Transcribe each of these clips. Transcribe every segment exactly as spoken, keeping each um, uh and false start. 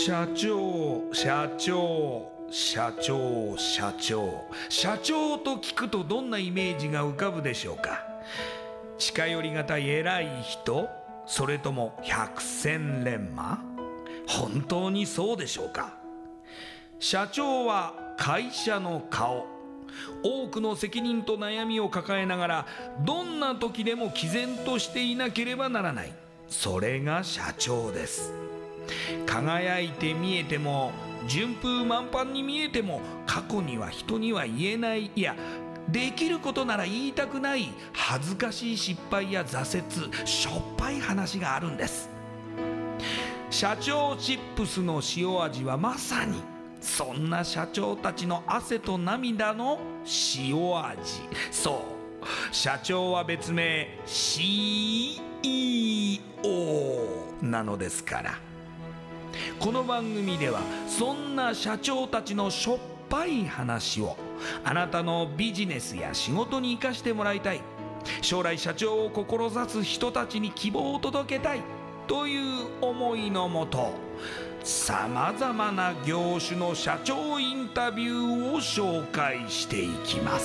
社長社長社長社長社長と聞くとどんなイメージが浮かぶでしょうか。近寄りがたい偉い人、それとも百戦錬磨。本当にそうでしょうか。社長は会社の顔、多くの責任と悩みを抱えながらどんな時でも毅然としていなければならない、それが社長です。輝いて見えても順風満帆に見えても、過去には人には言えない、いやできることなら言いたくない恥ずかしい失敗や挫折、しょっぱい話があるんです。社長チップスの塩味はまさにそんな社長たちの汗と涙の塩味。そう社長は別名 シーイーオー なのですから。この番組ではそんな社長たちのしょっぱい話をあなたのビジネスや仕事に生かしてもらいたい、将来社長を志す人たちに希望を届けたいという思いのもと、さまざまな業種の社長インタビューを紹介していきます。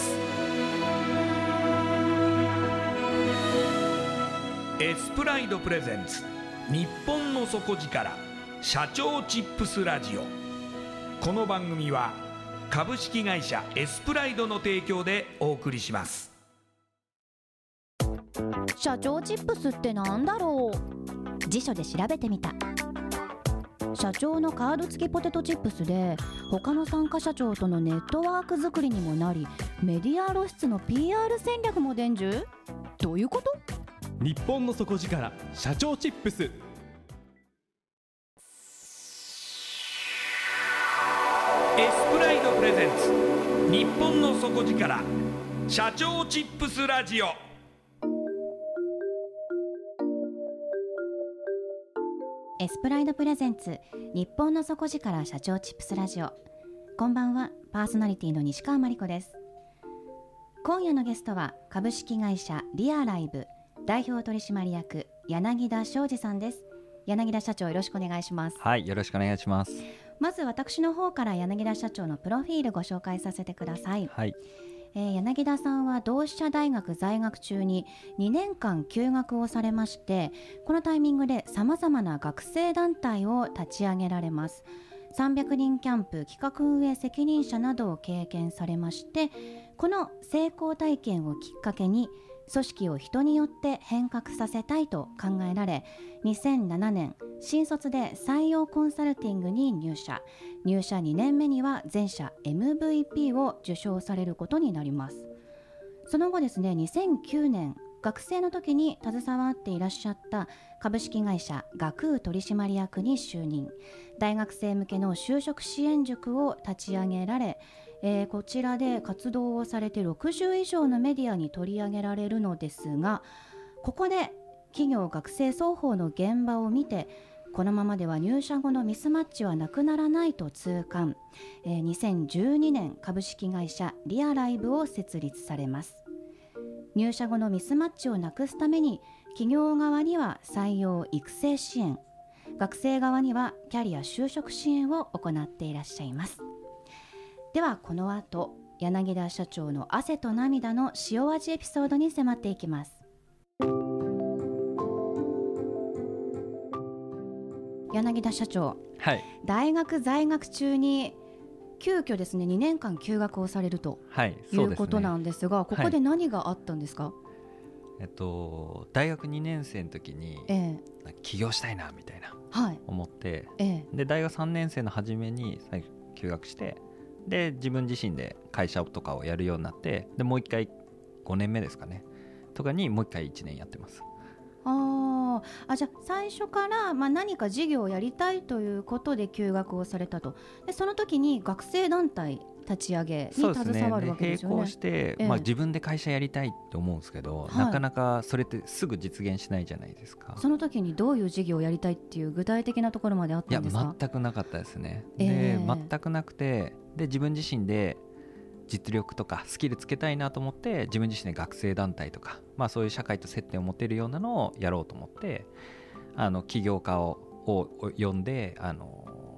エスプライドプレゼンツ日本の底力社長チップスラジオ。この番組は株式会社エスプライドの提供でお送りします。 社長チップスってなんだろう。辞書で調べてみた。社長のカード付きポテトチップスで、他の参加社長とのネットワーク作りにもなり、メディア露出の ピーアール 戦略も伝授。どういうこと？ 日本の底力社長チップス。 エスプライドプレゼンツ日本の底力社長チップスラジオ。 エスプライドプレゼンツ日本の底力社長チップスラジオ。こんばんは、パーソナリティの西川真理子です。今夜のゲストは株式会社リアライブ代表取締役柳田昌司さんです。柳田社長、よろしくお願いします。 はい、よろしくお願いします。 まず私の方から柳田社長のプロフィールご紹介させてください。 はい、 えー、柳田さんは同志社大学在学中ににねんかん休学をされまして、このタイミングでさまざまな学生団体を立ち上げられます。さんびゃくにんキャンプ企画運営責任者などを経験されまして、この成功体験をきっかけに組織を人によって変革させたいと考えられ、にせんななねん新卒で採用コンサルティングに入社。入社にねんめには全社 エムブイピー を受賞されることになります。その後ですね、にせんきゅうねん学生の時に携わっていらっしゃった株式会社学ウ取締役に就任。大学生向けの就職支援塾を立ち上げられ、えー、こちらで活動をされてろくじゅう以上のメディアに取り上げられるのですが、ここで企業学生双方の現場を見て、このままでは入社後のミスマッチはなくならないと痛感、えー、にせんじゅうにねん株式会社リアライブを設立されます。入社後のミスマッチをなくすために、企業側には採用育成支援、学生側にはキャリア就職支援を行っていらっしゃいます。ではこの後、柳田社長の汗と涙の塩味エピソードに迫っていきます。柳田社長、 はい、 大学在学中に急遽ですねにねんかん休学をされると、 はい、 いうことなんですが、ここで何があったんですか？はい、 えっと、大学にねん生の時に、ええ、起業したいなみたいな、はい、思って、ええ、で大学さんねん生の初めに休学して、で自分自身で会社とかをやるようになって、でもう一回ごねんめですかねとかにもう一回いちねんやってます。 ああ、じゃあ最初から、まあ、何か事業をやりたいということで休学をされたと。でその時に学生団体立ち上げに携わるわけですよね。 並行して、ええ、まあ、自分で会社やりたいって思うんですけど、はい、なかなかそれってすぐ実現しないじゃないですか。 その時にどういう事業をやりたいっていう具体的なところまであったんですか？ いや、全くなかったですね。 えで全くなくて、で自分自身で実力とかスキルつけたいなと思って、自分自身で学生団体とか、まあ、そういう社会と接点を持てるようなのをやろうと思って、あの起業家をを呼んで、あの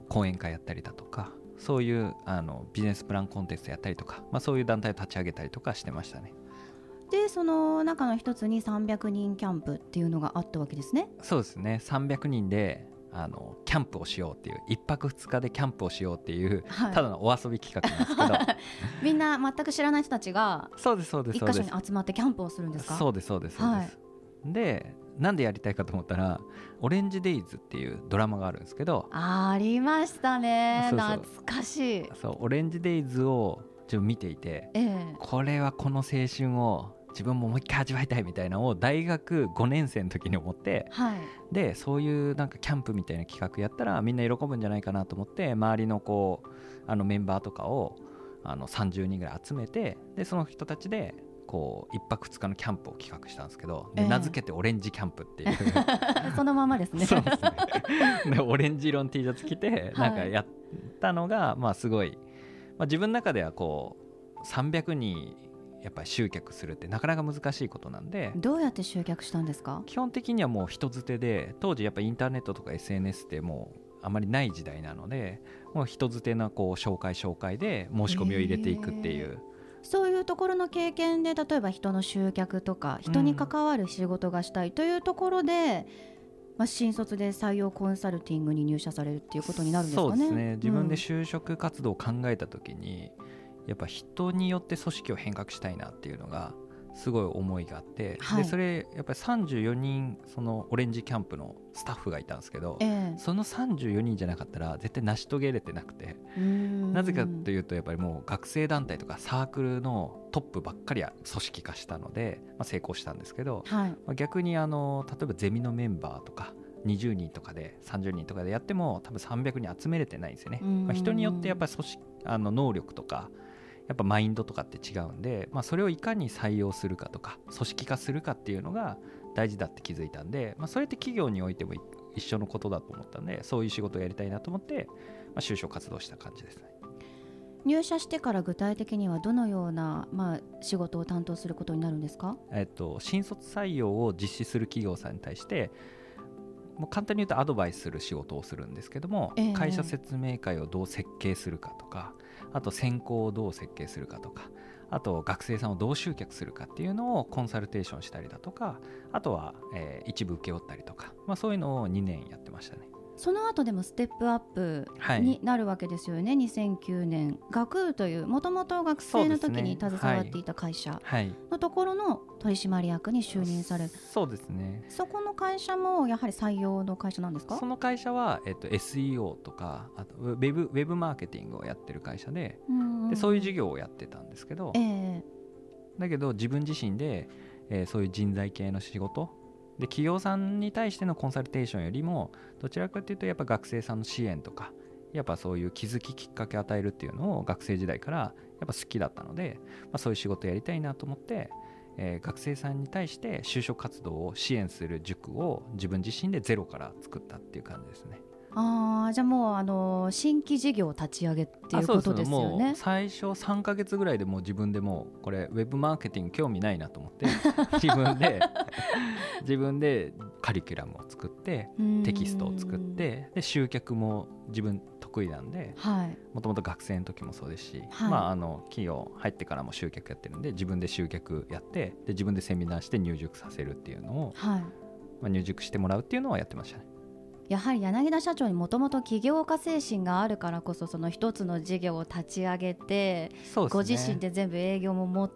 講演会やったりだとか、そういうあのビジネスプランコンテストやったりとか、まあ、そういう団体を立ち上げたりとかしてましたね。 でその中の一つにさんびゃくにんキャンプっていうのがあったわけですね。 そうですね、さんびゃくにんであのキャンプをしようっていう、いっぱくふつかでキャンプをしようっていう、はい、ただのお遊び企画なんですけどみんな全く知らない人たちがそうですそうです一箇所に集まってキャンプをするんですか？ そうですそうですそうです、はい、でなんでやりたいかと思ったら、オレンジデイズっていうドラマがあるんですけど、 ありましたね、そうそう懐かしい。 そうオレンジデイズをちょっと見ていて、ええ、これはこの青春を自分ももう一回味わいたいみたいなのを大学ごねん生の時に思って、はい、でそういうなんかキャンプみたいな企画やったらみんな喜ぶんじゃないかなと思って、周りのこうあのメンバーとかをあのさんじゅうにんぐらい集めて、でその人たちでこういっぱくふつかのキャンプを企画したんですけど、で、えー、名付けてオレンジキャンプっていうそのままですね。そうですねでオレンジ色の T シャツ着てなんかやったのが、はい、まあすごい、まあ、自分の中ではこうさんびゃくにんやっぱり集客するってなかなか難しいことなんで。 どうやって集客したんですか？ 基本的にはもう人づてで、当時やっぱインターネットとか エスエヌエス ってもうあまりない時代なので、もう人づてのこう紹介紹介で申し込みを入れていくっていう、 そういうところの経験で、例えば人の集客とか人に関わる仕事がしたいというところで、うんまあ、新卒で採用コンサルティングに入社されるっていうことになるんですかね？ そうですね、自分で就職活動を考えた時に、うんやっぱ人によって組織を変革したいなっていうのがすごい思いがあって、はい、でそれやっぱりさんじゅうよにんそのオレンジキャンプのスタッフがいたんですけど、えー、そのさんじゅうよにんじゃなかったら絶対成し遂げれてなくて、なぜかというとやっぱりもう学生団体とかサークルのトップばっかりは組織化したので、まあ、成功したんですけど、はいまあ、逆にあの例えばゼミのメンバーとかにじゅうにんとかでさんじゅうにんとかでやっても多分さんびゃくにん集めれてないんですよね。まあ、人によってやっぱり組織あの能力とかやっぱマインドとかって違うんで、まあ、それをいかに採用するかとか組織化するかっていうのが大事だって気づいたんで、まあ、それって企業においても一緒のことだと思ったんで、そういう仕事をやりたいなと思って、まあ、就職活動した感じですね。 入社してから具体的にはどのような、まあ、仕事を担当することになるんですか？ えっと、新卒採用を実施する企業さんに対してもう簡単に言うとアドバイスする仕事をするんですけども、えー、会社説明会をどう設計するかとか、あと選考をどう設計するかとか、あと学生さんをどう集客するかっていうのをコンサルテーションしたりだとか、あとは、えー、一部請け負ったりとか、まあ、そういうのをにねんやってましたね。 その後でもステップアップになるわけですよね、はい、にせんきゅうねん学友というもともと学生の時に携わっていた会社のところの取締役に就任される。 そうですね。 そこの会社もやはり採用の会社なんですか？ その会社は、えっと、エスイーオー とかあとウェブ、ウェブマーケティングをやってる会社 で, でそういう事業をやってたんですけど、えー、だけど自分自身で、えー、そういう人材系の仕事で企業さんに対してのコンサルテーションよりもどちらかというとやっぱ学生さんの支援とかやっぱそういう気づききっかけを与えるっていうのを学生時代からやっぱ好きだったので、まあ、そういう仕事やりたいなと思って、えー、学生さんに対して就職活動を支援する塾を自分自身でゼロから作ったっていう感じですね。 あじゃあもうあの新規事業を立ち上げっていうことですよね。 もう最初さんかげつぐらいでもう自分でもうこれウェブマーケティング興味ないなと思って自分で自分でカリキュラムを作ってテキストを作ってで集客も自分得意なんで、もともと学生の時もそうですし、はい、まあ、あの企業入ってからも集客やってるんで自分で集客やってで自分でセミナーして入塾させるっていうのを、はい、まあ、入塾してもらうっていうのはやってましたね。 やはり柳田社長にもともと起業家精神があるからこそその一つの事業を立ち上げて、そうですね、ご自身で全部営業も持って、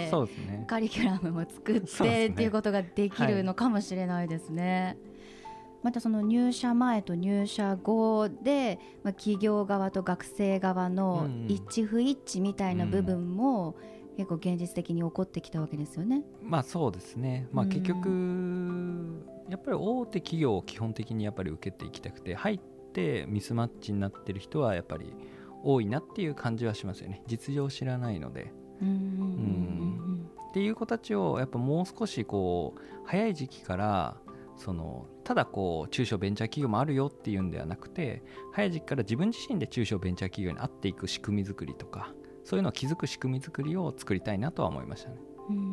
そうですね、カリキュラムも作って、ね、っていうことができるのかもしれないですね、はい。またその入社前と入社後で、まあ、企業側と学生側の一致不一致みたいな部分も、うん、結構現実的に起こってきたわけですよね。 まあそうですね、まあ、結局、うん、やっぱり大手企業を基本的にやっぱり受けていきたくて入ってミスマッチになってる人はやっぱり多いなっていう感じはしますよね。実情を知らないので、うんうん、っていう子たちをやっぱもう少しこう早い時期からそのただこう中小ベンチャー企業もあるよっていうんではなくて、早い時期から自分自身で中小ベンチャー企業に合っていく仕組み作りとかそういうのを気づく仕組み作りを作りたいなとは思いましたね。 うん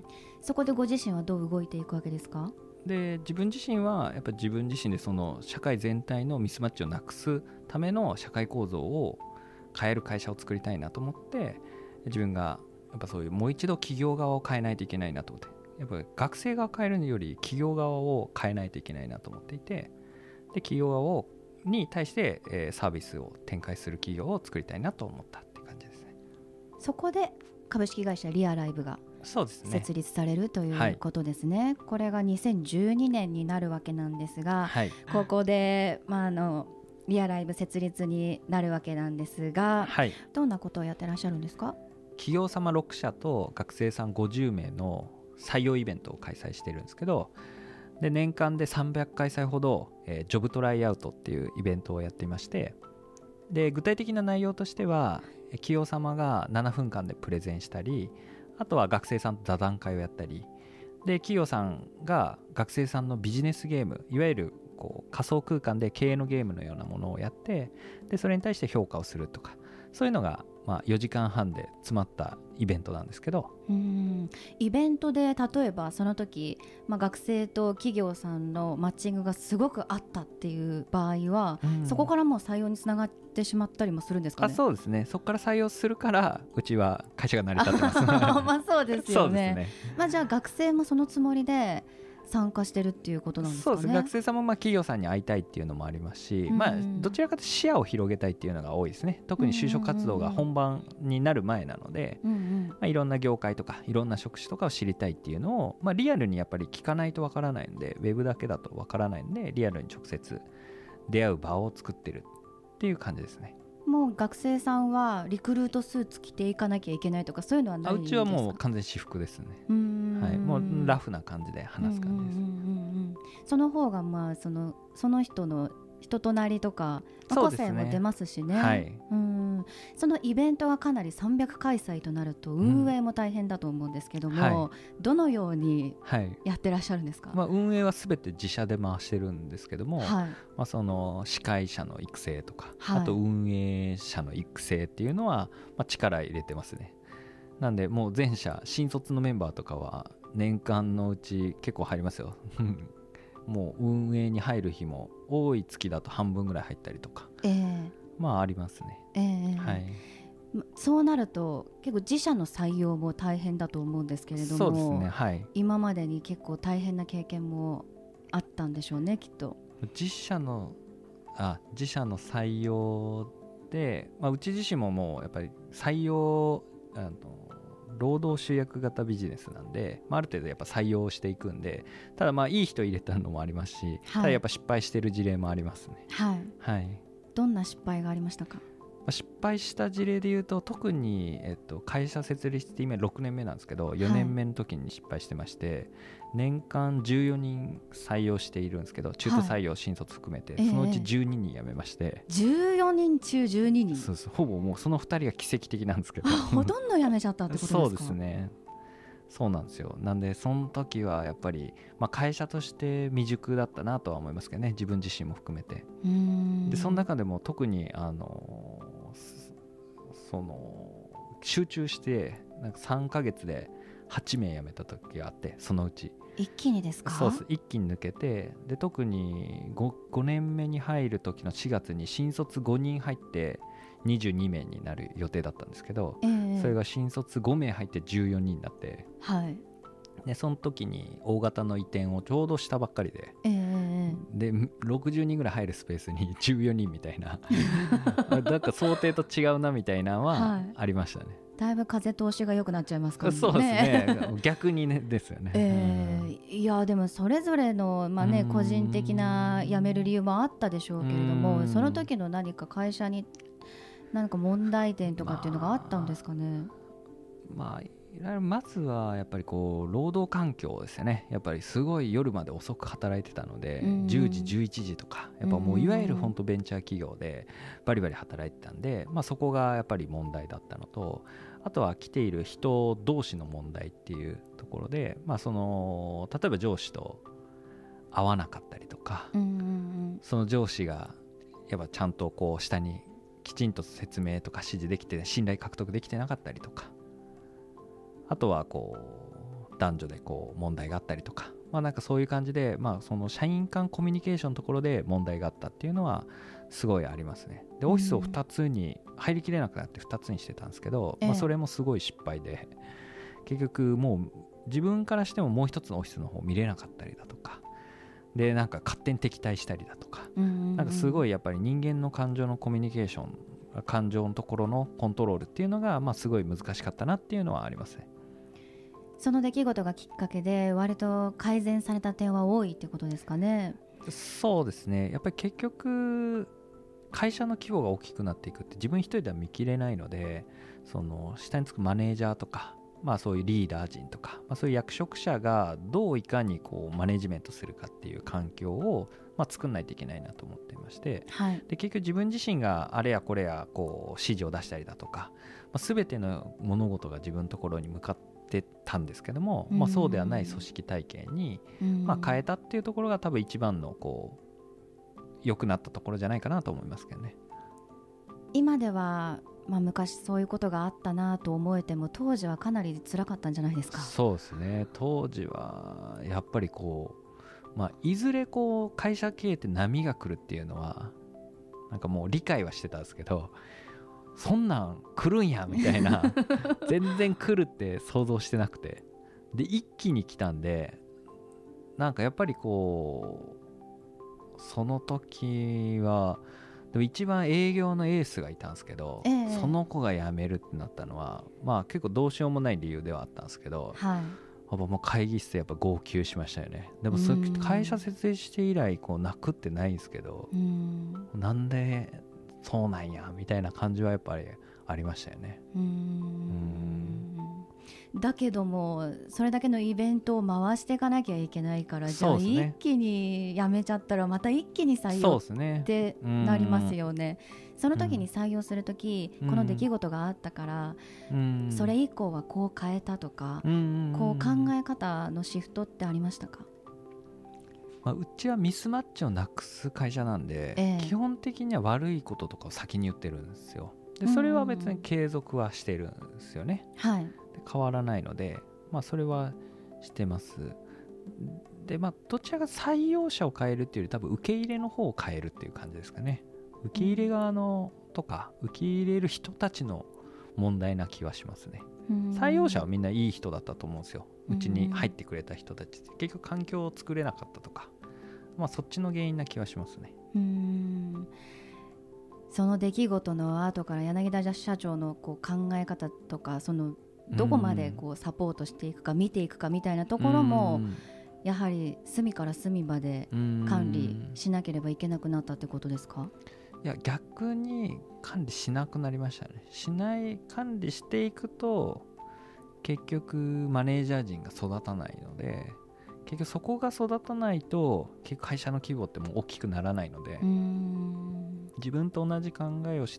そこでご自身はどう動いていくわけですか？ で自分自身はやっぱ自分自身でその社会全体のミスマッチをなくすための社会構造を変える会社を作りたいなと思って、自分がやっぱそういうもう一度企業側を変えないといけないなと思って、やっぱり学生側を変えるより企業側を変えないといけないなと思っていて、で企業側をに対して、えー、サービスを展開する企業を作りたいなと思ったって感じですね。 そこで株式会社リアライブが設立されるということですね。はい、これがにせんじゅうにねんになるわけなんですが、はい、ここで、まあ、あのリアライブ設立になるわけなんですが、はい、どんなことをやってらっしゃるんですか？ 企業様ろくしゃと学生さんごじゅうめいの採用イベントを開催してるんですけど、で年間でさんびゃくかいさいほど、えー、ジョブトライアウトっていうイベントをやっていまして、で具体的な内容としては企業様がななふんかんでプレゼンしたり、あとは学生さんと座談会をやったりで、企業さんが学生さんのビジネスゲーム、いわゆるこう仮想空間で経営のゲームのようなものをやって、でそれに対して評価をするとか、そういうのがまあよじかんはんで詰まったイベントなんですけど、 うーんイベントで例えばその時、まあ、学生と企業さんのマッチングがすごくあったっていう場合は、そこからもう採用につながってしまったりもするんですかね？ あそうですね、そこから採用するからうちは会社が成り立ってますまあそうですよね。 そうですね、 まあ、じゃあ学生もそのつもりで参加してるっていうことなんですかね？ そうです、学生さんもまあ企業さんに会いたいっていうのもありますし、まあ、どちらかというと視野を広げたいっていうのが多いですね。特に就職活動が本番になる前なので、うんうん、まあ、いろんな業界とかいろんな職種とかを知りたいっていうのを、まあ、リアルにやっぱり聞かないとわからないので、ウェブだけだとわからないのでリアルに直接出会う場を作ってるっていう感じですね。 もう学生さんはリクルートスーツ着ていかなきゃいけないとかそういうのはないんですか？ うちはもう完全私服ですね。うーん、はい、もうラフな感じで話す感じです。うんうんうんうん、 その方がまあそのその人の人となりとか、まあ、個性も出ますしね。はい、うん、そのイベントがかなりさんびゃくかいさいとなると運営も大変だと思うんですけども、うんはい、どのようにやってらっしゃるんですか？ はい、まあ、運営はすべて自社で回してるんですけども、はい、まあ、その司会者の育成とか、はい、あと運営者の育成っていうのは、まあ、力入れてますね。なんでもう全社新卒のメンバーとかは年間のうち結構入りますよもう運営に入る日も多い月だと半分ぐらい入ったりとか、えー、まあありますね。えーはい、 そうなると結構自社の採用も大変だと思うんですけれども、そうですね、はい、今までに結構大変な経験もあったんでしょうね、きっと。 自社のあ自社の採用で、まあ、うち自身ももうやっぱり採用あの労働集約型ビジネスなんで、まあ、ある程度やっぱ採用していくんで、ただまあいい人入れたのもありますし、はい、ただやっぱ失敗してる事例もありますね。はい、 はい、どんな失敗がありましたか？ 失敗した事例でいうと、特に、えっと、会社設立って今ろくねんめなんですけど、よねんめの時に失敗してまして、はい、年間じゅうよにん採用しているんですけど、中途採用新卒含めて、はい、そのうちじゅうににん辞めまして、えー、 じゅうよにん中じゅうににん。 そうそう、ほぼもうそのふたりが奇跡的なんですけどほとんど辞めちゃったってことですか？ そうですね、そうなんですよ。なんでその時はやっぱり、まあ、会社として未熟だったなとは思いますけどね、自分自身も含めて。うーん、でその中でも特にあのその集中してなんかさんかげつではちめい辞めた時があって、そのうち一気にですか？ そうです、一気に抜けて、で特に 5, ごねんめに入る時のしがつに新卒ごにん入ってにじゅうにめいになる予定だったんですけど、えー、それが新卒ごめい入ってじゅうよにんになって、はい、でその時に大型の移転をちょうどしたばっかりで、えー、でろくじゅうにんぐらい入るスペースにじゅうよにんみたいななんか想定と違うなみたいなのはありましたね。はい、 だいぶ風通しが良くなっちゃいますからね。 そうですね逆にねですよね。 えー、いやでもそれぞれの、まあね、個人的な辞める理由もあったでしょうけれども、その時の何か会社に何か問題点とかっていうのがあったんですかね？ まあ、まずはやっぱりこう労働環境ですよね。やっぱりすごい夜まで遅く働いてたので、じゅうじじゅういちじとかやっぱもういわゆる本当ベンチャー企業でバリバリ働いてたんで、まあ、そこがやっぱり問題だったのと、あとは来ている人同士の問題っていうところで、まあ、その例えば上司と合わなかったりとか、その上司がやっぱちゃんとこう下にきちんと説明とか指示できて信頼獲得できてなかったりとか、あとはこう男女でこう問題があったりとか、まあ、なんかそういう感じで、まあ、その社員間コミュニケーションのところで問題があったっていうのはすごいありますね。でオフィスをふたつに入りきれなくなってふたつにしてたんですけど、まあ、それもすごい失敗で、結局もう自分からしてももう一つのオフィスの方見れなかったりだとかで、なんか勝手に敵対したりだとか、なんかすごいやっぱり人間の感情のコミュニケーション、感情のところのコントロールっていうのがまあすごい難しかったなっていうのはありますね。 その出来事がきっかけで割と改善された点は多いってことですかね。 そうですね。やっぱり結局会社の規模が大きくなっていくって自分一人では見切れないので、その下につくマネージャーとか、まあ、そういうリーダー陣とか、まあ、そういう役職者がどういかにこうマネジメントするかっていう環境をまあ作んないといけないなと思っていまして、 はい、 で結局自分自身があれやこれやこう指示を出したりだとか、まあ、全ての物事が自分のところに向かってたんですけども、まあ、そうではない組織体系にまあ変えたっていうところが多分一番のこう良くなったところじゃないかなと思いますけどね。 今ではまあ、昔そういうことがあったなと思えても当時はかなり辛かったんじゃないですか。 そうですね。当時はやっぱりこう、まあ、いずれこう会社経営って波が来るっていうのはなんかもう理解はしてたんですけど、そんなん来るんやみたいな全然来るって想像してなくて、で一気に来たんで、なんかやっぱりこうその時はでも一番営業のエースがいたんですけど、ええ、その子が辞めるってなったのは、まあ、結構どうしようもない理由ではあったんですけど、 はい、 やっぱもう会議室でやっぱ号泣しましたよね。でもそ会社設営して以来こう泣くってないんですけど、んなんでそうなんやみたいな感じはやっぱりありましたよね。 うーんうんだけどもそれだけのイベントを回していかなきゃいけないから、じゃあ一気に辞めちゃったらまた一気に採用ってなりますよね。その時に採用する時、この出来事があったからそれ以降はこう変えたとか、こう考え方のシフトってありましたか？ まあ、うちはミスマッチをなくす会社なんで、ええ、基本的には悪いこととかを先に言ってるんですよ。でそれは別に継続はしてるんですよね。 はい、 変わらないので、まあ、それはしてます。で、まあ、どちらが採用者を変えるっていうより多分受け入れの方を変えるっていう感じですかね。受け入れ側のとか受け入れる人たちの問題な気はしますね。採用者はみんないい人だったと思うんですよ。うちに入ってくれた人たち、結局環境を作れなかったとか、まあ、そっちの原因な気はしますね。 うーんその出来事の後から柳田社長のこう考え方とか、そのどこまでこうサポートしていくか見ていくかみたいなところもやはり隅から隅まで管理しなければいけなくなったってことですか？ いや逆に管理しなくなりましたね。しない管理していくと結局マネージャー陣が育たないので、結局そこが育たないと結局会社の規模ってもう大きくならないので、うーん自分と同じ考えをして、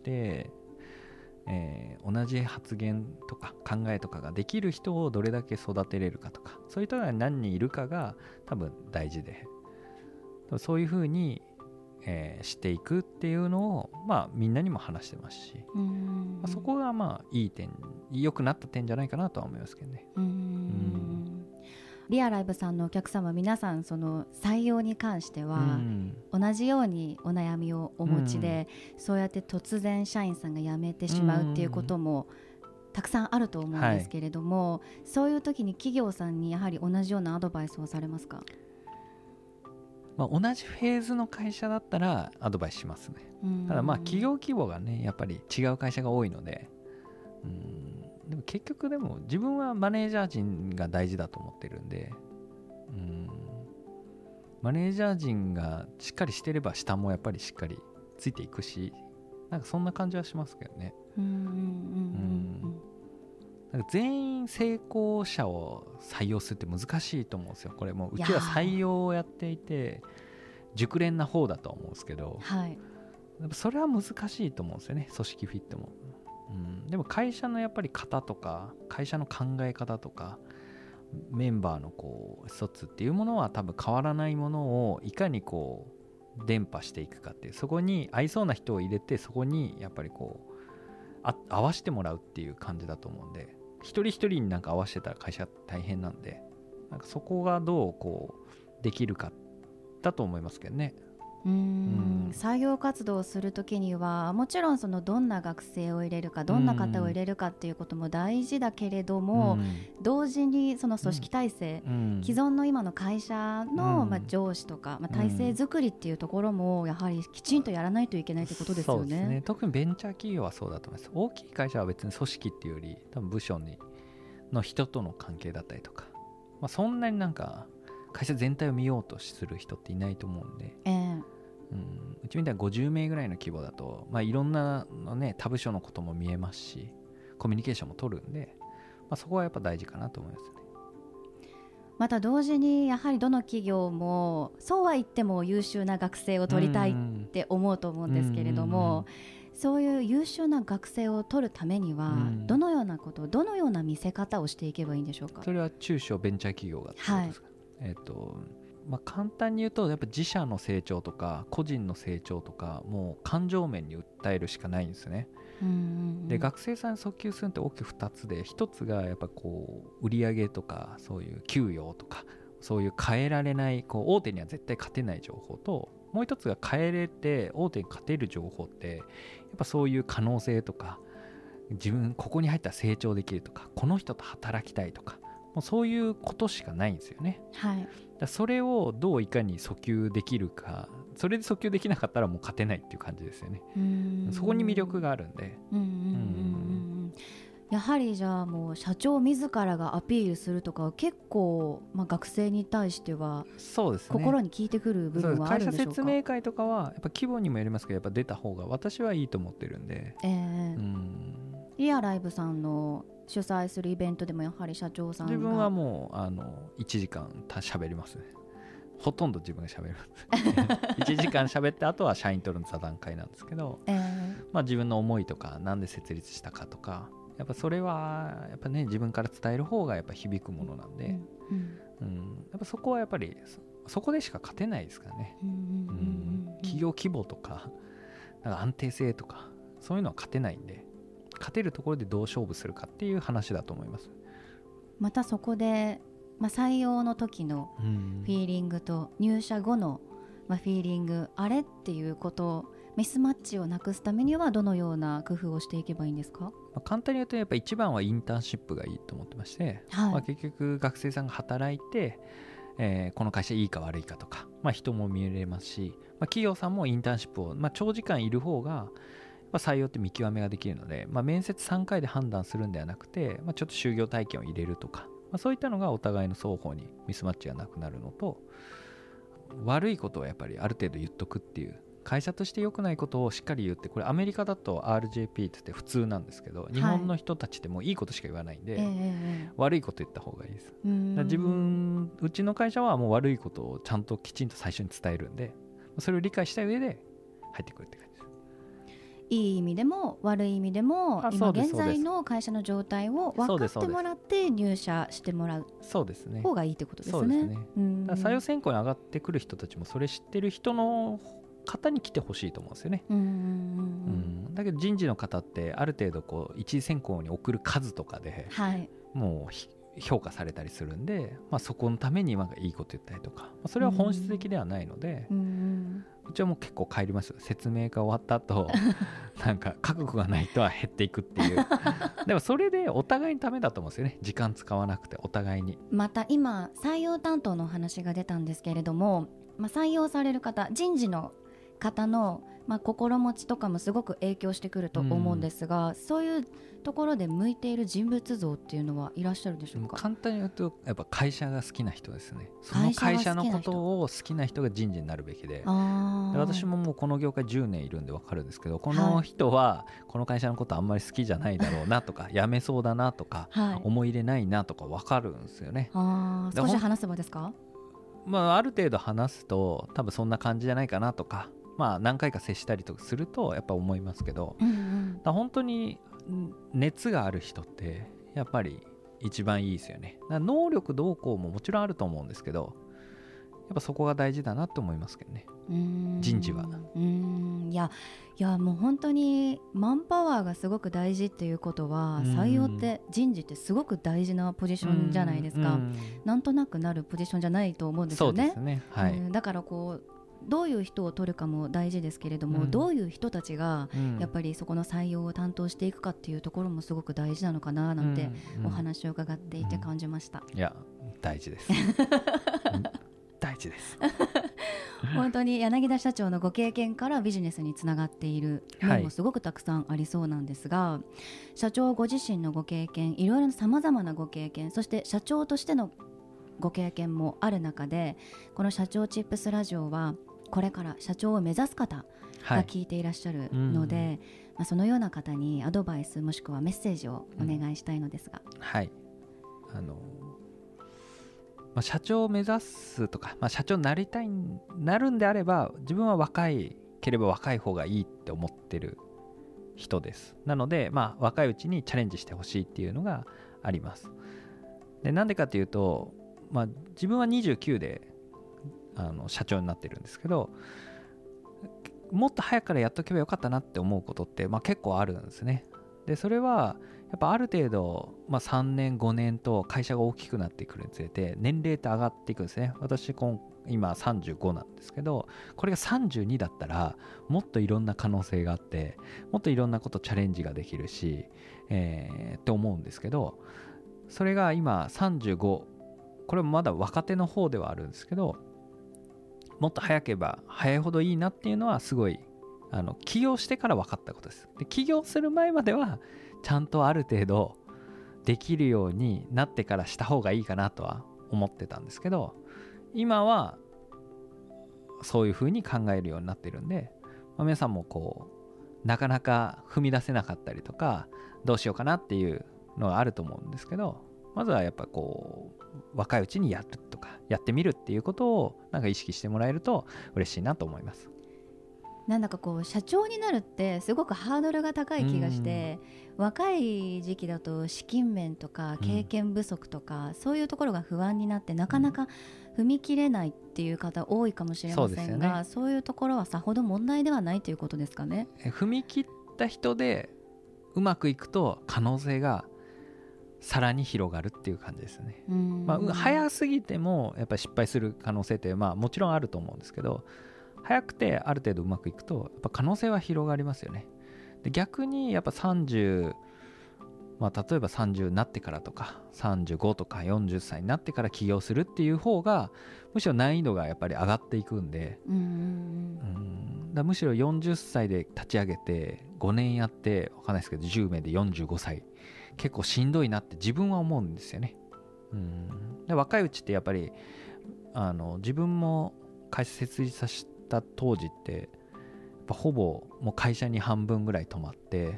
えー、同じ発言とか考えとかができる人をどれだけ育てれるかとか、そういう人が何人いるかが多分大事で、そういうふうに、えー、していくっていうのを、まあ、みんなにも話してますし、うーん、まあ、そこがまあいい点、良くなった点じゃないかなとは思いますけどね。うーんうんリアライブさんのお客様皆さんその採用に関しては同じようにお悩みをお持ちで、うん、そうやって突然社員さんが辞めてしまうっていうこともたくさんあると思うんですけれども、はい、そういう時に企業さんにやはり同じようなアドバイスをされますか？ まあ、同じフェーズの会社だったらアドバイスしますね。ただまあ企業規模がねやっぱり違う会社が多いので、うーんでも結局でも自分はマネージャー陣が大事だと思ってるんで、うーんマネージャー陣がしっかりしてれば下もやっぱりしっかりついていくし、なんかそんな感じはしますけどね。うーんうんなんか全員成功者を採用するって難しいと思うんですよ。これもううちは採用をやっていて熟練な方だと思うんですけど、はい、それは難しいと思うんですよね、組織フィットも。うん、でも会社のやっぱり型とか会社の考え方とかメンバーのこう一つっていうものは多分変わらないものをいかにこう伝播していくかっていう、そこに合いそうな人を入れてそこにやっぱりこうあ合わせてもらうっていう感じだと思うんで、 一人一人になんか合わせてたら会社大変なんで、なんかそこがどうこうできるかだと思いますけどね。 うーん、採用活動をするときにはもちろんそのどんな学生を入れるかどんな方を入れるかっていうことも大事だけれども、同時にその組織体制、既存の今の会社のまあ上司とかまあ体制作りっていうところもやはりきちんとやらないといけないということですよね。 そうですね。特にベンチャー企業はそうだと思います。大きい会社は別に組織っていうより多分部署にの人との関係だったりとか、まあ、そんなになんか会社全体を見ようとする人っていないと思うんで、えーうん、うちみたいにごじゅうめいぐらいの規模だと、まあ、いろんなの、ね、他部署のことも見えますしコミュニケーションも取るんで、まあ、そこはやっぱ大事かなと思いますね。 また同時にやはりどの企業もそうは言っても優秀な学生を取りたいって思うと思うんですけれども、そういう優秀な学生を取るためにはどのようなことどのような見せ方をしていけばいいんでしょうか。 それは中小ベンチャー企業がってことですか。はい、えーとまあ、簡単に言うとやっぱ自社の成長とか個人の成長とかもう感情面に訴えるしかないんですよね。うんうんうん、で学生さんに訴求するって大きくふたつで、ひとつがやっぱこう売り上げとかそういう給与とかそういう変えられないこう大手には絶対勝てない情報と、もう一つが変えれて大手に勝てる情報ってやっぱそういう可能性とか自分ここに入ったら成長できるとかこの人と働きたいとかもうそういうことしかないんですよね。はい、だそれをどういかに訴求できるか、それで訴求できなかったらもう勝てないっていう感じですよね。うん、そこに魅力があるんで、うんうんうんうん、 やはりじゃあもう社長自らがアピールするとかは結構、まあ、学生に対しては心に効いてくる部分はあるんでしょうか。 会社説明会とかはやっぱ規模にもよりますけどやっぱ出た方が私はいいと思ってるんで、えーうん、 リアライブさんの主催するイベントでもやはり社長さんが自分はもうあのいちじかん喋りますね。ほとんど自分が喋りますいちじかん喋ってあとは社員との座談会なんですけど、えーまあ、自分の思いとかなんで設立したかとかやっぱそれはやっぱね自分から伝える方がやっぱ響くものなんで、うんうん、やっぱそこはやっぱり そ, そこでしか勝てないですからね。うんうんうんうん、企業規模とかなんか安定性とかそういうのは勝てないんで、勝てるところでどう勝負するかっていう話だと思います。 またそこで、まあ、採用の時のフィーリングと入社後の、まあ、フィーリングあれっていうことミスマッチをなくすためにはどのような工夫をしていけばいいんですか。まあ、簡単に言うとやっぱ一番はインターンシップがいいと思ってまして、はいまあ、結局学生さんが働いて、えー、この会社いいか悪いかとか、まあ、人も見れますし、まあ、企業さんもインターンシップを、まあ、長時間いる方が採用って見極めができるので、まあ、面接さんかいで判断するんではなくて、まあ、ちょっと就業体験を入れるとか、まあ、そういったのがお互いの双方にミスマッチがなくなるのと、悪いことはやっぱりある程度言っとくっていう、会社として良くないことをしっかり言って、これアメリカだと アールジェーピー って言って普通なんですけど、日本の人たちってもういいことしか言わないんで、はい、悪いこと言った方がいいです。だ自分うちの会社はもう悪いことをちゃんときちんと最初に伝えるんで、それを理解した上で入ってくるって感じです。 いい意味でも悪い意味でも今現在の会社の状態を分かってもらって入社してもらう方がいいってことですね。そうですね。 うん、だから採用選考に上がってくる人たちもそれ知ってる人の方に来てほしいと思うんですよね。うんうんうん、だけど人事の方ってある程度こう一次選考に送る数とかで、はい、もう評価されたりするんで、まあ、そこのためになんかいいこと言ったりとか、まあ、それは本質的ではないので、うんうん、うちはもう結構帰ります。説明が終わった後なんか覚悟がない人は減っていくっていうでもそれでお互いにためだと思うんですよね。時間使わなくてお互いに。 また今採用担当のお話が出たんですけれども、まあ、採用される方人事の方の、まあ、心持ちとかもすごく影響してくると思うんですが、うん、そういうところで向いている人物像っていうのはいらっしゃるでしょうか。 簡単に言うとやっぱ会社が好きな人ですね。その会社のことを好きな人が人事になるべき で, で私ももうこの業界じゅうねんいるんで分かるんですけど、この人はこの会社のことあんまり好きじゃないだろうなとか辞めそうだなとか、はい、思い入れないなとか分かるんですよね。 あ少し話せばですか。 まあ、ある程度話すと多分そんな感じじゃないかなとか、まあ、何回か接したりとかするとやっぱ思いますけど、うんうん、だ本当に熱がある人ってやっぱり一番いいですよね。だ能力どうこうももちろんあると思うんですけど、 っぱそこが大事だなと思いますけどね。うーん人事はうーんいやいやもう本当にマンパワーがすごく大事っていうことは、採用って人事ってすごく大事なポジションじゃないですか。なんとなくなるポジションじゃないと思うんですよね。 そうですね、はい、 だからこうどういう人を取るかも大事ですけれども、うん、どういう人たちがやっぱりそこの採用を担当していくかっていうところもすごく大事なのかななんてお話を伺っていて感じました。 うんうん、いや大事です大事です本当に柳田社長のご経験からビジネスにつながっている面もすごくたくさんありそうなんですが、はい、社長ご自身のご経験、いろいろなさまざまなご経験、そして社長としてのご経験もある中で、この社長チップスラジオはこれから社長を目指す方が聞いていらっしゃるので、はい、まあ、そのような方にアドバイスもしくはメッセージをお願いしたいのですが、 うん、はいあのまあ、社長を目指すとか、まあ、社長になりたいなるんであれば、自分は若いければ若い方がいいって思ってる人です。なので、まあ、若いうちにチャレンジしてほしいっていうのがあります。でなんでかというと、まあ、自分はにじゅうきゅうであの社長になってるんですけど、もっと早くからやっとけばよかったなって思うことって、まあ、結構あるんですね。でそれはやっぱある程度、まあ、さんねんごねんと会社が大きくなってくるにつれて年齢って上がっていくんですね。私今さんじゅうごなんですけど、これがさんじゅうにだったらもっといろんな可能性があって、もっといろんなことチャレンジができるし、えー、って思うんですけど、それが今さんじゅうご、これもまだ若手の方ではあるんですけど、もっと早ければ早いほどいいなっていうのはすごいあの起業してから分かったことです。で起業する前まではちゃんとある程度できるようになってからした方がいいかなとは思ってたんですけど、今はそういう風に考えるようになってるんで、まあ、皆さんもこうなかなか踏み出せなかったりとか、どうしようかなっていうのがあると思うんですけど、まずはやっぱこう若いうちにやるとかやってみるっていうことをなんか意識してもらえると嬉しいなと思います。 なんだかこう社長になるってすごくハードルが高い気がして、若い時期だと資金面とか経験不足とか、うん、そういうところが不安になってなかなか踏み切れないっていう方多いかもしれませんが、 そうですよね、そういうところはさほど問題ではないということですかね。 踏み切った人でうまくいくと可能性がさらに広がるっていう感じですね。まあ、早すぎてもやっぱり失敗する可能性ってまあもちろんあると思うんですけど、早くてある程度うまくいくとやっぱ可能性は広がりますよね。で逆にやっぱさんじゅう、まあ、例えばさんじゅうになってからとかさんじゅうごとかよんじゅっさいになってから起業するっていう方がむしろ難易度がやっぱり上がっていくんで、うんうんだむしろよんじゅっさいで立ち上げてごねんやって分かんないですけどじゅうめいでよんじゅうごさい結構しんどいなって自分は思うんですよね。うんで若いうちってやっぱりあの自分も会社設立させた当時ってやっぱほぼもう会社に半分ぐらい泊まって、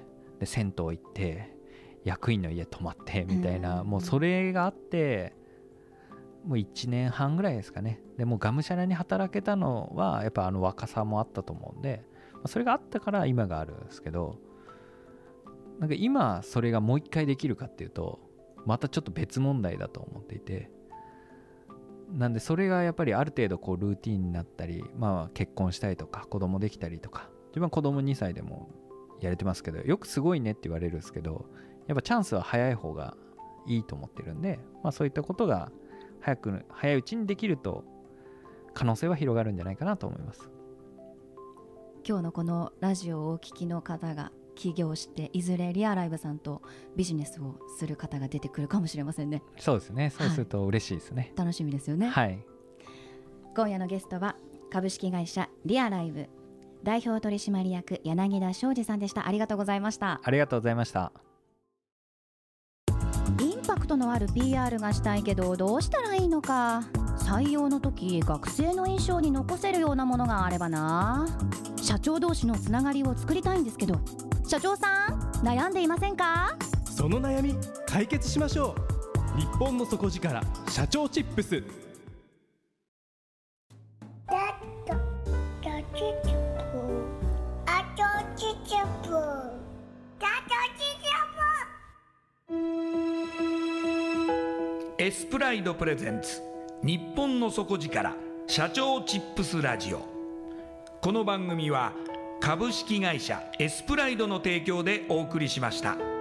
で銭湯行って役員の家泊まってみたいな、もうそれがあってもういちねんはんぐらいですかね。でもうがむしゃらに働けたのはやっぱあの若さもあったと思うんで、それがあったから今があるんですけど、なんか今それがもう一回できるかっていうとまたちょっと別問題だと思っていて、なんでそれがやっぱりある程度こうルーティンになったり、まあ結婚したりとか子供できたりとか、自分は子供にさいでもやれてますけど、よくすごいねって言われるんですけど、やっぱチャンスは早い方がいいと思ってるんで、まあそういったことが早く早いうちにできると可能性は広がるんじゃないかなと思います。 今日のこのラジオをお聞きの方が起業していずれリアライブさんとビジネスをする方が出てくるかもしれませんね。 そうですね、そうすると嬉しいですね、 はい、楽しみですよね。 はい、 今夜のゲストは株式会社リアライブ代表取締役柳田昌司さんでした。ありがとうございました。 ありがとうございました。 インパクトのある ピーアール がしたいけどどうしたらいいのか。採用の時学生の印象に残せるようなものがあればな。社長同士のつながりを作りたいんですけど、社長さん悩んでいませんか。 その悩み解決しましょう。日本の底力社長チップス。 エスプライドプレゼンツ日本の底力社長チップスラジオ。この番組は株式会社エスプライドの提供でお送りしました。